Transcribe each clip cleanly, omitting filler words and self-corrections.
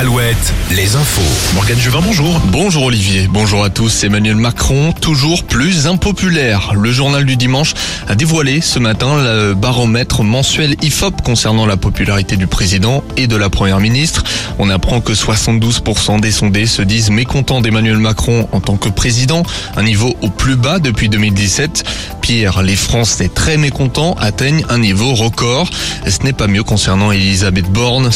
Alouette, les infos. Morgane Juvin, bonjour. Bonjour Olivier, bonjour à tous. Emmanuel Macron, toujours plus impopulaire. Le journal du dimanche a dévoilé ce matin le baromètre mensuel IFOP concernant la popularité du président et de la première ministre. On apprend que 72% des sondés se disent mécontents d'Emmanuel Macron en tant que président, un niveau au plus bas depuis 2017. Pire, les Français très mécontents atteignent un niveau record. Ce n'est pas mieux concernant Elisabeth Borne,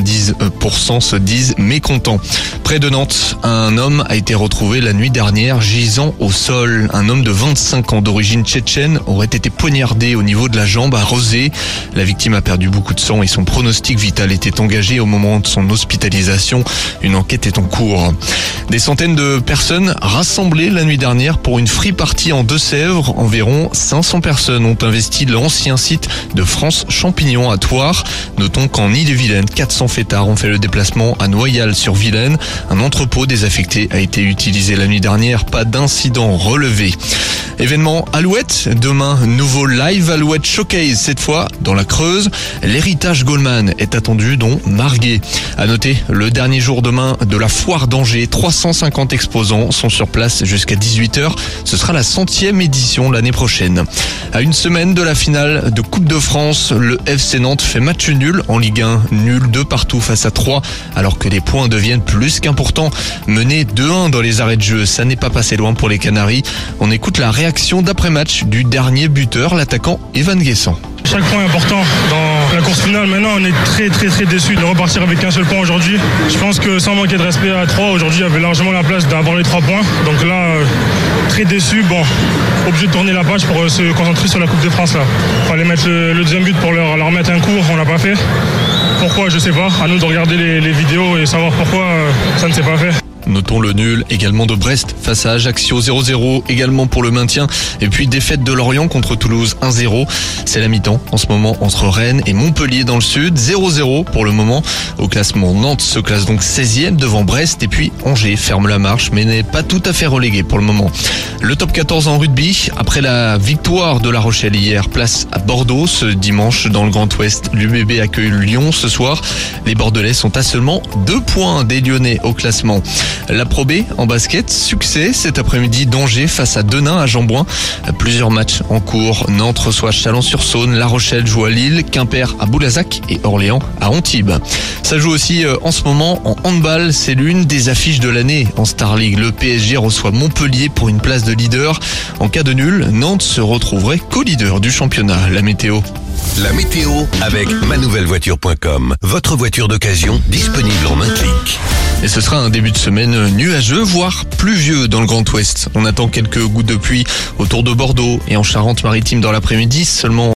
70% se disent mécontents. Près de Nantes, un homme a été retrouvé la nuit dernière gisant au sol. Un homme de 25 ans d'origine tchétchène aurait été poignardé au niveau de la jambe à Rezé. La victime a perdu beaucoup de sang et son pronostic vital était engagé au moment de son hospitalisation. Une enquête est en cours. Des centaines de personnes rassemblées la nuit dernière pour une free party en Deux-Sèvres. Environ 500 personnes ont investi l'ancien site de France Champignons à Thouars. Notons qu'en Ille-et-Vilaine, 400 fêtards ont fait le déplacement à Noyal-sur-Vilaine. Un entrepôt désaffecté a été utilisé la nuit dernière. Pas d'incident relevé. Événement Alouette, demain, nouveau live Alouette Showcase, cette fois dans la Creuse. L'héritage Goldman est attendu, dont Marguet. À noter, le dernier jour demain de la foire d'Angers, 350 exposants sont sur place jusqu'à 18h. Ce sera la 100e édition l'année prochaine. À une semaine de la finale de Coupe de France, le FC Nantes fait match nul en Ligue 1, nul de partout face à 3, alors que les points deviennent plus qu'importants. Mené 2-1 dans les arrêts de jeu, ça n'est pas passé loin pour les Canaries. On écoute la réaction d'après-match du dernier buteur, l'attaquant Evan Guessant. Chaque point est important dans la course finale. Maintenant, on est très déçus de repartir avec un seul point aujourd'hui. Je pense que sans manquer de respect à 3, aujourd'hui, il y avait largement la place d'avoir les 3 points. Donc là, très déçu. Bon, obligé de tourner la page pour se concentrer sur la Coupe de France. Là, fallait mettre le deuxième but pour leur mettre un coup. On l'a pas fait. Pourquoi, je sais pas. À nous de regarder les vidéos et savoir pourquoi ça ne s'est pas fait. Notons le nul également de Brest face à Ajaccio 0-0 également pour le maintien. Et puis défaite de Lorient contre Toulouse 1-0. C'est la mi-temps en ce moment entre Rennes et Montpellier dans le sud. 0-0 pour le moment. Au classement, Nantes se classe donc 16e devant Brest. Et puis Angers ferme la marche mais n'est pas tout à fait relégué pour le moment. Le top 14 en rugby. Après la victoire de La Rochelle hier, place à Bordeaux ce dimanche dans le Grand Ouest. L'UBB accueille Lyon ce soir. Les Bordelais sont à seulement 2 points des Lyonnais au classement. La Pro B en basket, succès cet après-midi d'Angers face à Denain à Jambouin. Plusieurs matchs en cours. Nantes reçoit Chalon-sur-Saône, La Rochelle joue à Lille, Quimper à Boulazac et Orléans à Antibes. Ça joue aussi en ce moment en handball. C'est l'une des affiches de l'année en Star League. Le PSG reçoit Montpellier pour une place de leader. En cas de nul, Nantes se retrouverait co-leader du championnat. La météo. La météo avec manouvellevoiture.com. Votre voiture d'occasion disponible en un clic. Et ce sera un début de semaine nuageux, voire pluvieux dans le Grand Ouest. On attend quelques gouttes de pluie autour de Bordeaux et en Charente-Maritime dans l'après-midi. Seulement